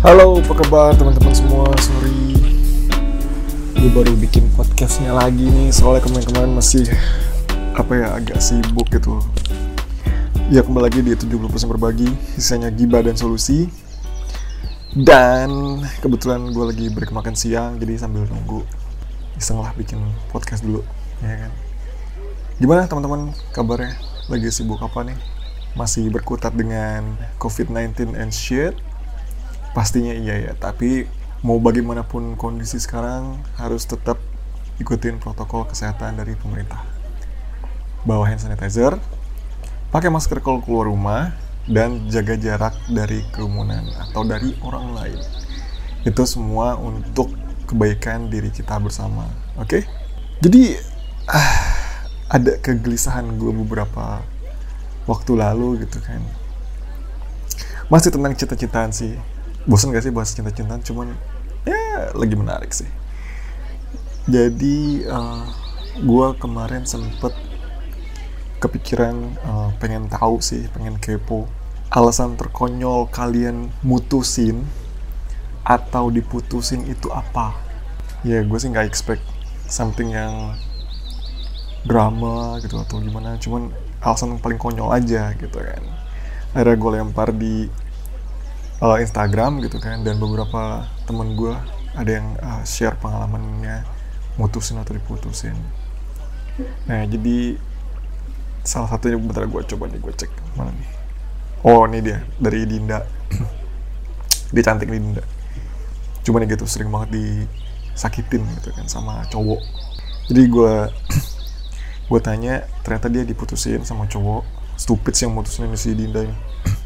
Halo, apa kabar teman-teman semua? Sorry, gue baru bikin podcastnya lagi nih. Soalnya kemarin-kemarin masih agak sibuk gitu. Ya, kembali lagi di 70% berbagi, sisanya gibah dan solusi. Dan kebetulan gue lagi break makan siang, jadi sambil nunggu iseng lah bikin podcast dulu, ya kan? Gimana teman-teman kabarnya? Lagi sibuk apa nih? Masih berkutat dengan COVID-19 and shit? Pastinya iya ya, tapi mau bagaimanapun kondisi sekarang harus tetap ikutin protokol kesehatan dari pemerintah. Bawa hand sanitizer, pakai masker kalau keluar rumah, dan jaga jarak dari kerumunan atau dari orang lain. Itu semua untuk kebaikan diri kita bersama, oke? Jadi ada kegelisahan gue beberapa waktu lalu gitu kan. Masih tentang cita-citaan sih. Bosan gak sih bahas cinta-cintaan? Cuman ya lagi menarik sih. Jadi gue kemarin sempet kepikiran pengen tahu sih, pengen kepo alasan terkonyol kalian mutusin atau diputusin itu apa. Ya gue sih gak expect something yang drama gitu atau gimana, cuman alasan yang paling konyol aja gitu kan. Akhirnya gue lempar di Instagram gitu kan, dan beberapa temen gue ada yang share pengalamannya mutusin atau diputusin. Nah jadi salah satunya, bentar gue coba nih, gue cek mana nih. Oh ini dia, dari Dinda. Dia cantik nih Dinda, cuman ya gitu sering banget disakitin gitu kan sama cowok. Jadi gue tanya, ternyata dia diputusin sama cowok. Stupid sih yang mutusin si Dinda ini.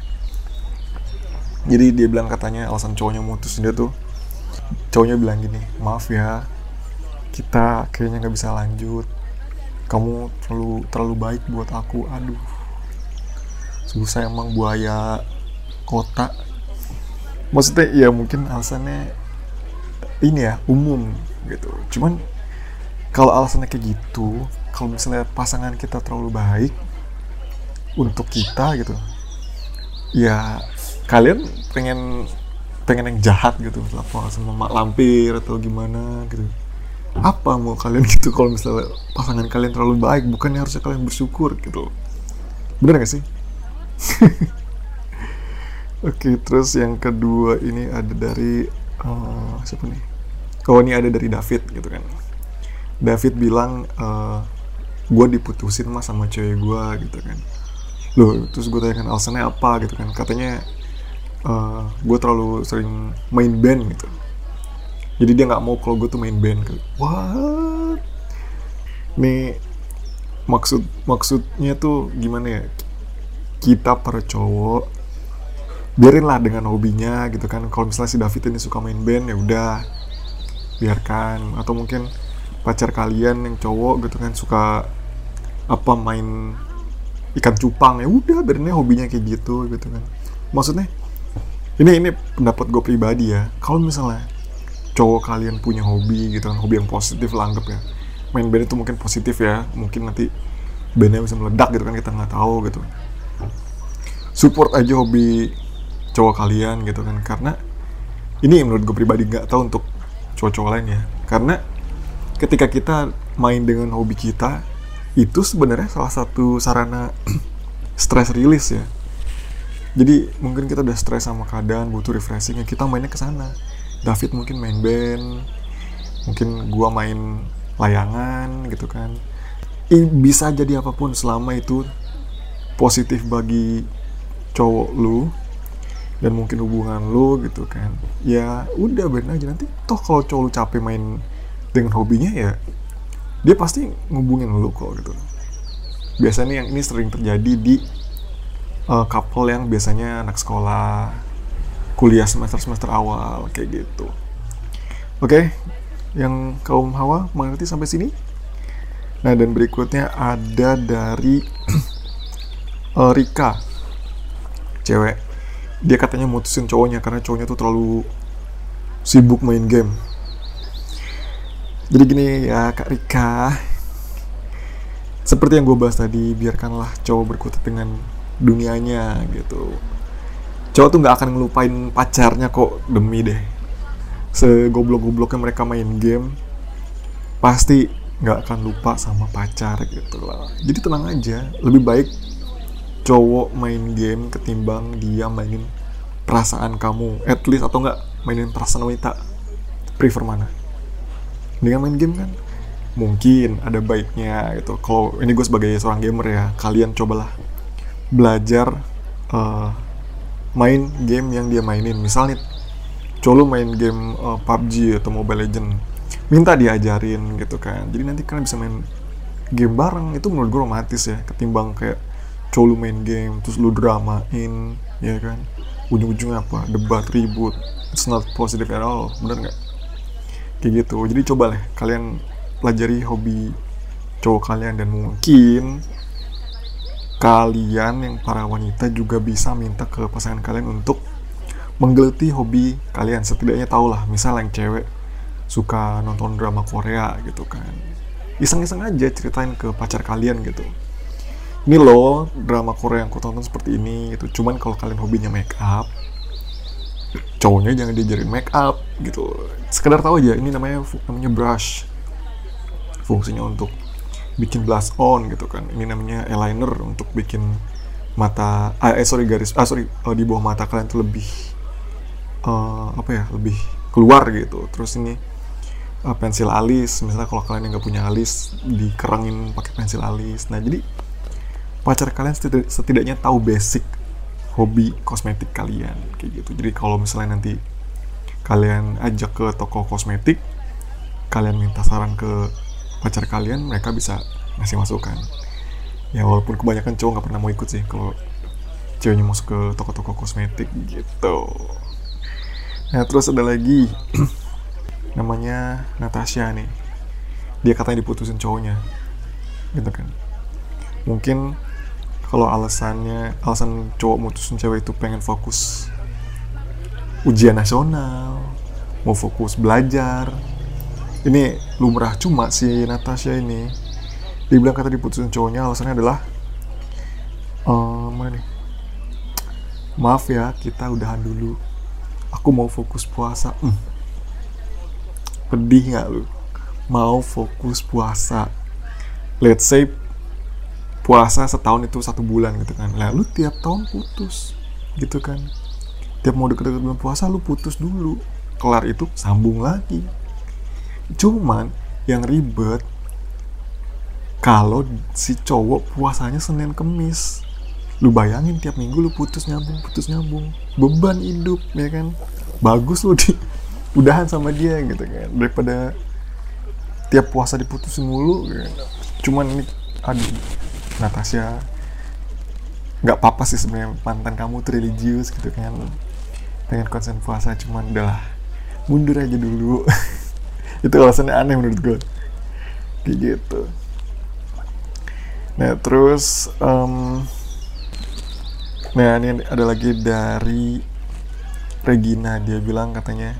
Jadi dia bilang katanya alasan cowoknya mutusin dia tuh, cowoknya bilang gini, maaf ya, kita kayaknya nggak bisa lanjut, kamu terlalu baik buat aku. Aduh, susah emang buaya kota. Maksudnya ya mungkin alasannya ini ya umum gitu, cuman kalau alasannya kayak gitu, kalau misalnya pasangan kita terlalu baik untuk kita gitu, ya kalian pengen yang jahat gitu, apa sama mak lampir atau gimana gitu. Apa mau kalian gitu kalau misalnya pasangan kalian terlalu baik? Bukannya harusnya kalian bersyukur gitu? Bener gak sih? Oke, terus yang kedua ini ada dari siapa nih? Oh, ini ada dari David gitu kan. David bilang, gue diputusin mas sama cewek gue gitu kan. Loh, terus gue tanya kan alasannya apa gitu kan. Katanya gue terlalu sering main band gitu, jadi dia nggak mau kalau gue tuh main band. What? Nih maksudnya tuh gimana ya? Kita para cowok biarinlah dengan hobinya gitu kan. Kalau misalnya si David ini suka main band, ya udah biarkan. Atau mungkin pacar kalian yang cowok gitu kan suka main ikan cupang, ya udah biarinnya hobinya kayak gitu kan. Maksudnya ini pendapat gue pribadi ya. Kalau misalnya cowok kalian punya hobi gitu kan, hobi yang positif lah anggap ya. Main band itu mungkin positif ya, mungkin nanti bandnya bisa meledak gitu kan, kita nggak tahu gitu. Support aja hobi cowok kalian gitu kan, karena ini menurut gue pribadi, nggak tahu untuk cowok-cowok lain ya. Karena ketika kita main dengan hobi kita, itu sebenarnya salah satu sarana stress release ya. Jadi mungkin kita udah stres sama keadaan, butuh refreshing, ya kita mainnya ke sana. David mungkin main band, mungkin gua main layangan gitu kan. Bisa jadi apapun selama itu positif bagi cowok lu dan mungkin hubungan lu gitu kan. Ya udah biarin aja, nanti toh kalau cowok lu capek main dengan hobinya, ya dia pasti ngubungin lu kok gitu. Biasanya yang ini sering terjadi di couple yang biasanya anak sekolah, kuliah semester awal kayak gitu. Oke, yang kaum hawa mengerti sampai sini? Nah, dan berikutnya ada dari Rika, cewek. Dia katanya mutusin cowoknya karena cowoknya tuh terlalu sibuk main game. Jadi gini ya Kak Rika, seperti yang gue bahas tadi, biarkanlah cowok berkutat dengan dunianya gitu. Cowok tuh nggak akan ngelupain pacarnya kok, demi deh. Segoblok-gobloknya mereka main game, pasti nggak akan lupa sama pacar gitu lah. Jadi tenang aja, lebih baik cowok main game ketimbang dia mainin perasaan kamu, at least, atau nggak mainin perasaan wanita. Prefer mana? Dengan main game kan mungkin ada baiknya gitu. Kalau ini gue sebagai seorang gamer ya, kalian cobalah belajar main game yang dia mainin. Misalnya cowok lu main game PUBG atau Mobile Legend, minta diajarin gitu kan. Jadi nanti kalian bisa main game bareng. Itu menurut gue romantis ya, ketimbang kayak cowok lu main game terus lu dramain, ya kan, ujung-ujungnya apa, debat, ribut. It's not positive at all, bener nggak? Kayak gitu. Jadi coba lah kalian pelajari hobi cowok kalian, dan mungkin kalian yang para wanita juga bisa minta ke pasangan kalian untuk menggeluti hobi kalian. Setidaknya tau lah, misal yang cewek suka nonton drama Korea gitu kan, iseng-iseng aja ceritain ke pacar kalian gitu, ini loh drama Korea yang aku tonton seperti ini gitu. Cuman kalau kalian hobinya make up, cowoknya jangan diajarin make up gitu. Sekedar tahu aja, ini namanya brush, fungsinya untuk bikin blush on gitu kan. Ini namanya eyeliner untuk bikin mata di bawah mata kalian tuh lebih lebih keluar gitu. Terus ini pensil alis, misalnya kalau kalian yang nggak punya alis, dikerangin pakai pensil alis. Nah, jadi pacar kalian setidaknya tahu basic hobi kosmetik kalian kayak gitu. Jadi kalau misalnya nanti kalian ajak ke toko kosmetik, kalian minta saran ke pacar kalian, mereka bisa ngasih masukan. Ya walaupun kebanyakan cowok nggak pernah mau ikut sih kalau ceweknya masuk ke toko-toko kosmetik gitu. Nah, terus ada lagi namanya Natasha nih. Dia katanya diputusin cowoknya gitu kan. Mungkin kalau alasan cowok mutusin cewek itu pengen fokus ujian nasional, mau fokus belajar. Ini lumrah. Cuma si Natasha ini dibilang kata diputusin cowoknya alasannya adalah maaf ya, kita udahan dulu, aku mau fokus puasa. Pedih gak lu? Mau fokus puasa, let's say puasa setahun itu 1 bulan gitu kan. Lah lu tiap tahun putus gitu kan. Tiap mau deket-deket bulan puasa lu putus dulu, kelar itu sambung lagi. Cuman yang ribet kalau si cowok puasanya Senin Kemis. Lu bayangin tiap minggu lu putus nyambung, beban hidup ya kan. Bagus lu udahan sama dia gitu kan, daripada tiap puasa diputusin mulu gitu. Cuman ini aduh, Natasha, nggak apa-apa sih sebenarnya mantan kamu tuh religius gitu kan, pengen konsen puasa, cuman udahlah mundur aja dulu. Itu alasannya aneh menurut gue kayak gitu. Nah terus nah ini ada lagi dari Regina. Dia bilang katanya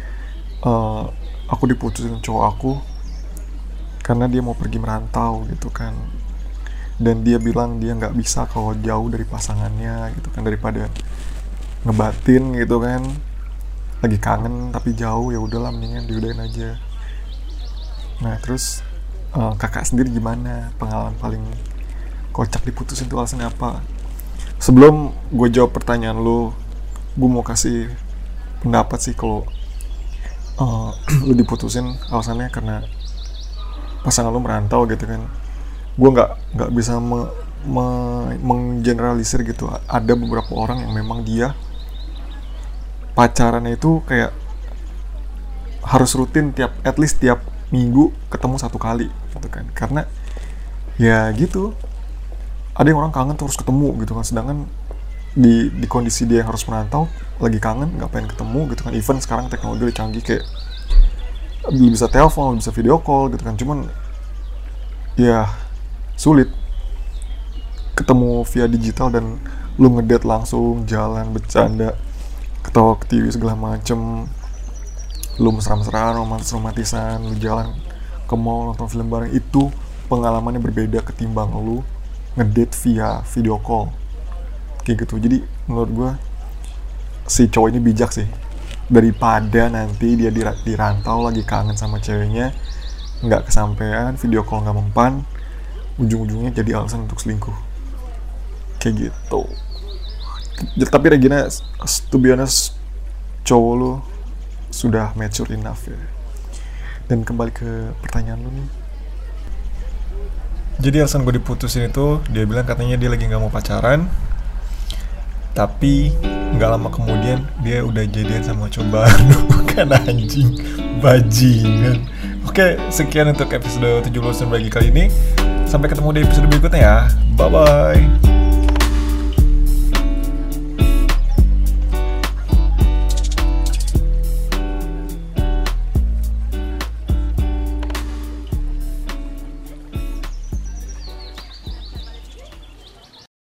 aku diputusin cowok aku karena dia mau pergi merantau gitu kan, dan dia bilang dia nggak bisa kalau jauh dari pasangannya gitu kan, daripada ngebatin gitu kan, lagi kangen tapi jauh, ya udahlah mendingan diudahin aja. Nah terus kakak sendiri gimana, pengalaman paling kocak diputusin tuh alasannya apa? Sebelum gue jawab pertanyaan lo, gue mau kasih pendapat sih. Kalau lu diputusin alasannya karena pasangan lu merantau gitu kan, gue nggak bisa menggeneralisir gitu. Ada beberapa orang yang memang dia pacarannya itu kayak harus rutin, at least tiap minggu ketemu 1 kali gitu kan, karena ya gitu, ada yang orang kangen terus ketemu gitu kan, sedangkan di kondisi dia yang harus merantau lagi kangen, nggak pengen ketemu gitu kan. Even sekarang teknologi udah canggih, kayak bisa telepon, bisa video call gitu kan, cuman ya sulit ketemu via digital dan lu ngedate langsung, jalan, bercanda, ketawa ketiwi segala macem, lu mesra-mesraan, romantisan, lu jalan ke mall, nonton film bareng. Itu pengalamannya berbeda ketimbang lu ngedate via video call kayak gitu. Jadi menurut gue si cowok ini bijak sih, daripada nanti dia dirantau lagi kangen sama ceweknya, nggak kesampean, video call nggak mempan, ujung-ujungnya jadi alasan untuk selingkuh kayak gitu. Tapi Regina, to be honest, cowok lu sudah mature enough ya. Dan kembali ke pertanyaan lu nih, jadi alasan gue diputusin itu, dia bilang katanya dia lagi nggak mau pacaran, tapi nggak lama kemudian dia udah jadian sama cowok baru. Kan anjing, bajingan. Oke, sekian untuk episode 79 kali ini. Sampai ketemu di episode berikutnya ya. Bye bye.